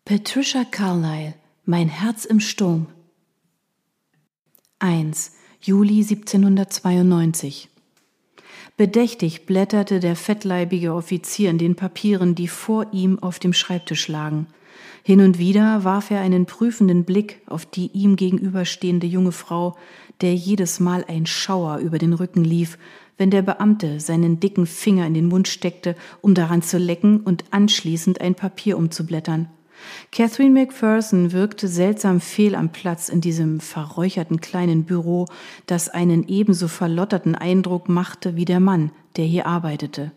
Patricia Carlyle, Mein Herz im Sturm. 1. Juli 1792. Bedächtig blätterte der fettleibige Offizier in den Papieren, die vor ihm auf dem Schreibtisch lagen. Hin und wieder warf er einen prüfenden Blick auf die ihm gegenüberstehende junge Frau, der jedes Mal ein Schauer über den Rücken lief, wenn der Beamte seinen dicken Finger in den Mund steckte, um daran zu lecken und anschließend ein Papier umzublättern. Catherine Macpherson wirkte seltsam fehl am Platz in diesem verräucherten kleinen Büro, das einen ebenso verlotterten Eindruck machte wie der Mann, der hier arbeitete.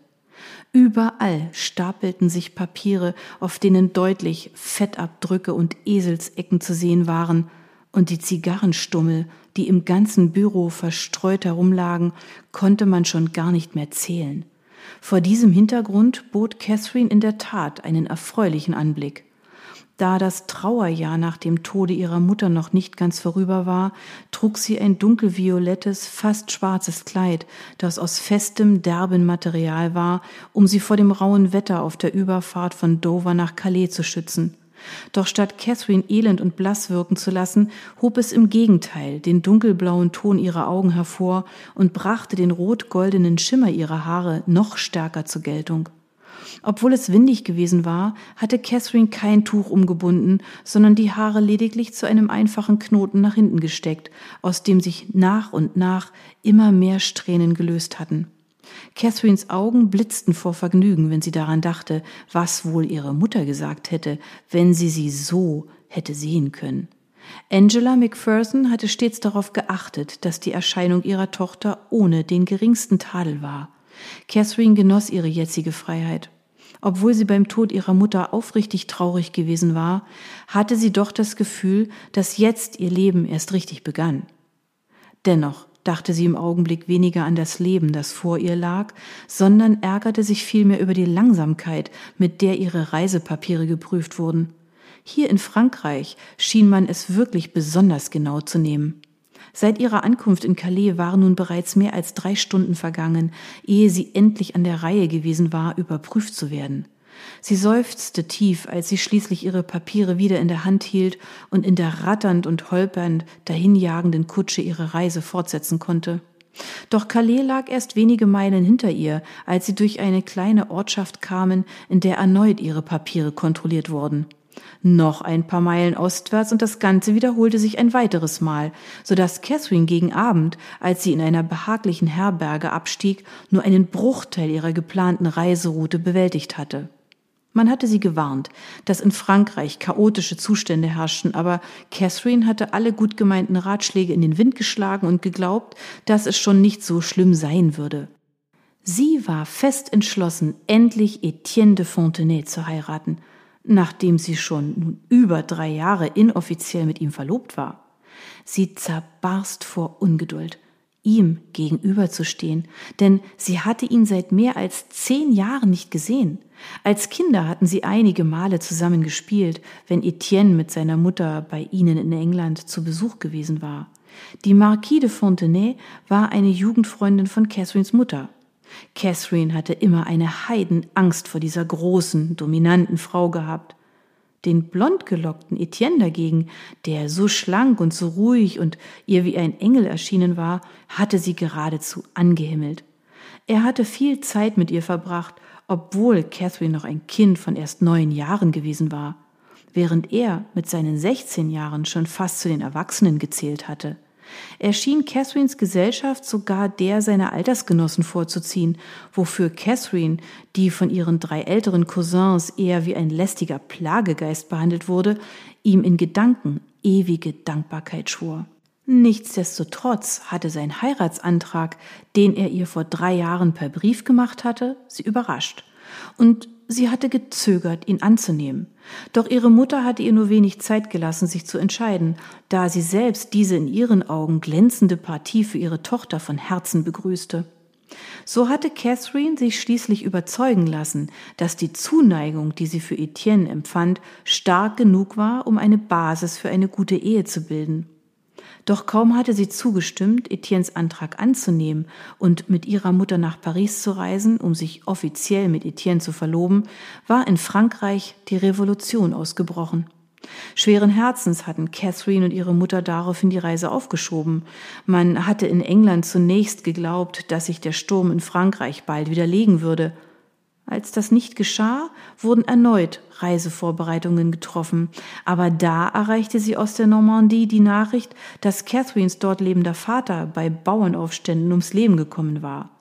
Überall stapelten sich Papiere, auf denen deutlich Fettabdrücke und Eselsecken zu sehen waren, und die Zigarrenstummel, die im ganzen Büro verstreut herumlagen, konnte man schon gar nicht mehr zählen. Vor diesem Hintergrund bot Catherine in der Tat einen erfreulichen Anblick. Da das Trauerjahr nach dem Tode ihrer Mutter noch nicht ganz vorüber war, trug sie ein dunkelviolettes, fast schwarzes Kleid, das aus festem, derbem Material war, um sie vor dem rauen Wetter auf der Überfahrt von Dover nach Calais zu schützen. Doch statt Catherine elend und blass wirken zu lassen, hob es im Gegenteil den dunkelblauen Ton ihrer Augen hervor und brachte den rot-goldenen Schimmer ihrer Haare noch stärker zur Geltung. Obwohl es windig gewesen war, hatte Catherine kein Tuch umgebunden, sondern die Haare lediglich zu einem einfachen Knoten nach hinten gesteckt, aus dem sich nach und nach immer mehr Strähnen gelöst hatten. Catherines Augen blitzten vor Vergnügen, wenn sie daran dachte, was wohl ihre Mutter gesagt hätte, wenn sie so hätte sehen können. Angela Macpherson hatte stets darauf geachtet, dass die Erscheinung ihrer Tochter ohne den geringsten Tadel war. Catherine genoss ihre jetzige Freiheit. Obwohl sie beim Tod ihrer Mutter aufrichtig traurig gewesen war, hatte sie doch das Gefühl, dass jetzt ihr Leben erst richtig begann. Dennoch dachte sie im Augenblick weniger an das Leben, das vor ihr lag, sondern ärgerte sich vielmehr über die Langsamkeit, mit der ihre Reisepapiere geprüft wurden. Hier in Frankreich schien man es wirklich besonders genau zu nehmen. Seit ihrer Ankunft in Calais waren nun bereits mehr als 3 Stunden vergangen, ehe sie endlich an der Reihe gewesen war, überprüft zu werden. Sie seufzte tief, als sie schließlich ihre Papiere wieder in der Hand hielt und in der ratternd und holpernd dahinjagenden Kutsche ihre Reise fortsetzen konnte. Doch Calais lag erst wenige Meilen hinter ihr, als sie durch eine kleine Ortschaft kamen, in der erneut ihre Papiere kontrolliert wurden. Noch ein paar Meilen ostwärts und das Ganze wiederholte sich ein weiteres Mal, so dass Catherine gegen Abend, als sie in einer behaglichen Herberge abstieg, nur einen Bruchteil ihrer geplanten Reiseroute bewältigt hatte. Man hatte sie gewarnt, dass in Frankreich chaotische Zustände herrschten, aber Catherine hatte alle gut gemeinten Ratschläge in den Wind geschlagen und geglaubt, dass es schon nicht so schlimm sein würde. Sie war fest entschlossen, endlich Etienne de Fontenay zu heiraten, nachdem sie schon nun über 3 Jahre inoffiziell mit ihm verlobt war. Sie zerbarst vor Ungeduld, ihm gegenüberzustehen, denn sie hatte ihn seit mehr als 10 Jahren nicht gesehen. Als Kinder hatten sie einige Male zusammen gespielt, wenn Etienne mit seiner Mutter bei ihnen in England zu Besuch gewesen war. Die Marquise de Fontenay war eine Jugendfreundin von Catherines Mutter. Catherine hatte immer eine Heidenangst vor dieser großen, dominanten Frau gehabt. Den blondgelockten Etienne dagegen, der so schlank und so ruhig und ihr wie ein Engel erschienen war, hatte sie geradezu angehimmelt. Er hatte viel Zeit mit ihr verbracht, obwohl Catherine noch ein Kind von erst 9 Jahren gewesen war, während er mit seinen 16 Jahren schon fast zu den Erwachsenen gezählt hatte. Er schien Catherines Gesellschaft sogar der seiner Altersgenossen vorzuziehen, wofür Catherine, die von ihren 3 älteren Cousins eher wie ein lästiger Plagegeist behandelt wurde, ihm in Gedanken ewige Dankbarkeit schwor. Nichtsdestotrotz hatte sein Heiratsantrag, den er ihr vor 3 Jahren per Brief gemacht hatte, sie überrascht. Und sie hatte gezögert, ihn anzunehmen. Doch ihre Mutter hatte ihr nur wenig Zeit gelassen, sich zu entscheiden, da sie selbst diese in ihren Augen glänzende Partie für ihre Tochter von Herzen begrüßte. So hatte Catherine sich schließlich überzeugen lassen, dass die Zuneigung, die sie für Etienne empfand, stark genug war, um eine Basis für eine gute Ehe zu bilden. Doch kaum hatte sie zugestimmt, Etiennes Antrag anzunehmen und mit ihrer Mutter nach Paris zu reisen, um sich offiziell mit Etienne zu verloben, war in Frankreich die Revolution ausgebrochen. Schweren Herzens hatten Catherine und ihre Mutter daraufhin die Reise aufgeschoben. Man hatte in England zunächst geglaubt, dass sich der Sturm in Frankreich bald wieder legen würde. Als das nicht geschah, wurden erneut Reisevorbereitungen getroffen. Aber da erreichte sie aus der Normandie die Nachricht, dass Catherines dort lebender Vater bei Bauernaufständen ums Leben gekommen war.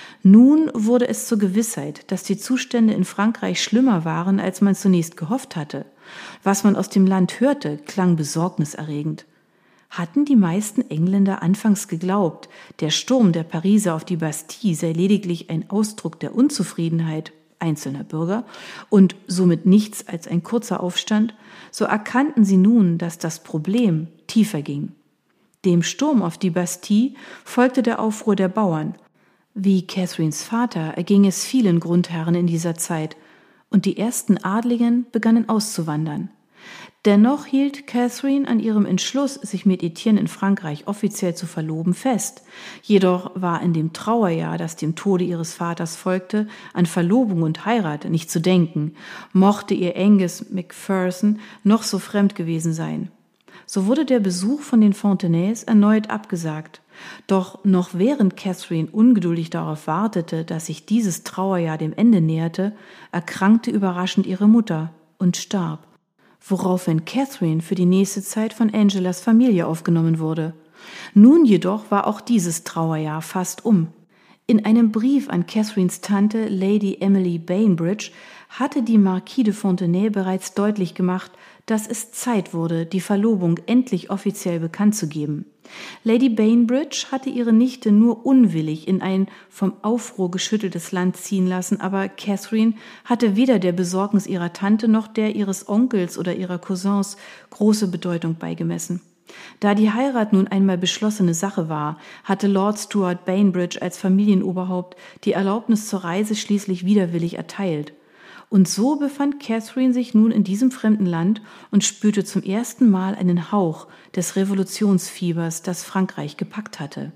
Nun wurde es zur Gewissheit, dass die Zustände in Frankreich schlimmer waren, als man zunächst gehofft hatte. Was man aus dem Land hörte, klang besorgniserregend. Hatten die meisten Engländer anfangs geglaubt, der Sturm der Pariser auf die Bastille sei lediglich ein Ausdruck der Unzufriedenheit einzelner Bürger und somit nichts als ein kurzer Aufstand, so erkannten sie nun, dass das Problem tiefer ging. Dem Sturm auf die Bastille folgte der Aufruhr der Bauern. Wie Catherines Vater erging es vielen Grundherren in dieser Zeit, und die ersten Adligen begannen auszuwandern. Dennoch hielt Catherine an ihrem Entschluss, sich mit Etienne in Frankreich offiziell zu verloben, fest. Jedoch war in dem Trauerjahr, das dem Tode ihres Vaters folgte, an Verlobung und Heirat nicht zu denken, mochte ihr Angus Macpherson noch so fremd gewesen sein. So wurde der Besuch von den Fontenays erneut abgesagt. Doch noch während Catherine ungeduldig darauf wartete, dass sich dieses Trauerjahr dem Ende näherte, erkrankte überraschend ihre Mutter und starb, woraufhin Catherine für die nächste Zeit von Angelas Familie aufgenommen wurde. Nun jedoch war auch dieses Trauerjahr fast um. In einem Brief an Catherines Tante Lady Emily Bainbridge hatte die Marquise de Fontenay bereits deutlich gemacht, dass es Zeit wurde, die Verlobung endlich offiziell bekannt zu geben. Lady Bainbridge hatte ihre Nichte nur unwillig in ein vom Aufruhr geschütteltes Land ziehen lassen, aber Catherine hatte weder der Besorgnis ihrer Tante noch der ihres Onkels oder ihrer Cousins große Bedeutung beigemessen. Da die Heirat nun einmal beschlossene Sache war, hatte Lord Stuart Bainbridge als Familienoberhaupt die Erlaubnis zur Reise schließlich widerwillig erteilt. Und so befand Catherine sich nun in diesem fremden Land und spürte zum ersten Mal einen Hauch des Revolutionsfiebers, das Frankreich gepackt hatte.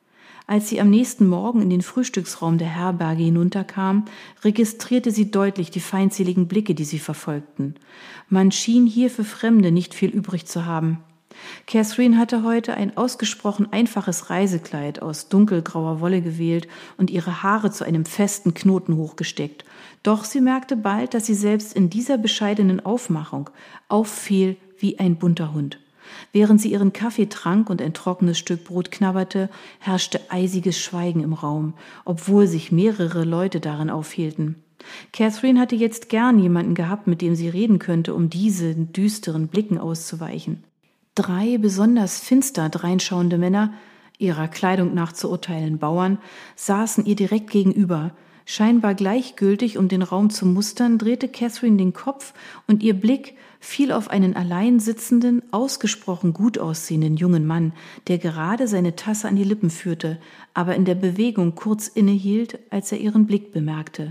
Als sie am nächsten Morgen in den Frühstücksraum der Herberge hinunterkam, registrierte sie deutlich die feindseligen Blicke, die sie verfolgten. Man schien hier für Fremde nicht viel übrig zu haben. Catherine hatte heute ein ausgesprochen einfaches Reisekleid aus dunkelgrauer Wolle gewählt und ihre Haare zu einem festen Knoten hochgesteckt. Doch sie merkte bald, dass sie selbst in dieser bescheidenen Aufmachung auffiel wie ein bunter Hund. Während sie ihren Kaffee trank und ein trockenes Stück Brot knabberte, herrschte eisiges Schweigen im Raum, obwohl sich mehrere Leute darin aufhielten. Catherine hatte jetzt gern jemanden gehabt, mit dem sie reden könnte, um diesen düsteren Blicken auszuweichen. 3 besonders finster dreinschauende Männer, ihrer Kleidung nach zu urteilen Bauern, saßen ihr direkt gegenüber. Scheinbar gleichgültig, um den Raum zu mustern, drehte Catherine den Kopf und ihr Blick fiel auf einen allein sitzenden, ausgesprochen gut aussehenden jungen Mann, der gerade seine Tasse an die Lippen führte, aber in der Bewegung kurz innehielt, als er ihren Blick bemerkte.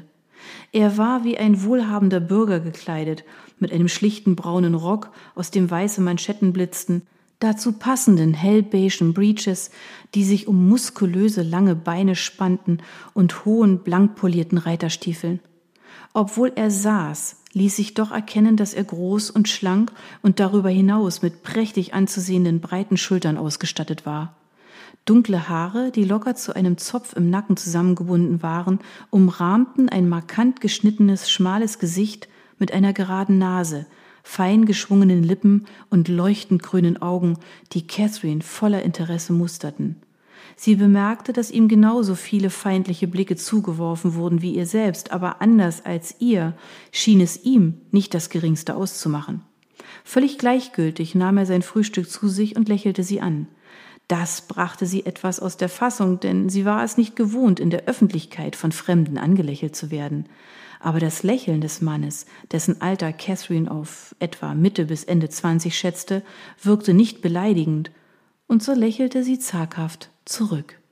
Er war wie ein wohlhabender Bürger gekleidet, mit einem schlichten braunen Rock, aus dem weiße Manschetten blitzten, dazu passenden hellbeigen Breeches, die sich um muskulöse lange Beine spannten, und hohen, blank polierten Reiterstiefeln. Obwohl er saß, ließ sich doch erkennen, dass er groß und schlank und darüber hinaus mit prächtig anzusehenden breiten Schultern ausgestattet war. Dunkle Haare, die locker zu einem Zopf im Nacken zusammengebunden waren, umrahmten ein markant geschnittenes, schmales Gesicht mit einer geraden Nase, fein geschwungenen Lippen und leuchtend grünen Augen, die Catherine voller Interesse musterten. Sie bemerkte, dass ihm genauso viele feindliche Blicke zugeworfen wurden wie ihr selbst, aber anders als ihr schien es ihm nicht das Geringste auszumachen. Völlig gleichgültig nahm er sein Frühstück zu sich und lächelte sie an. Das brachte sie etwas aus der Fassung, denn sie war es nicht gewohnt, in der Öffentlichkeit von Fremden angelächelt zu werden. Aber das Lächeln des Mannes, dessen Alter Catherine auf etwa Mitte bis Ende 20 schätzte, wirkte nicht beleidigend, und so lächelte sie zaghaft zurück.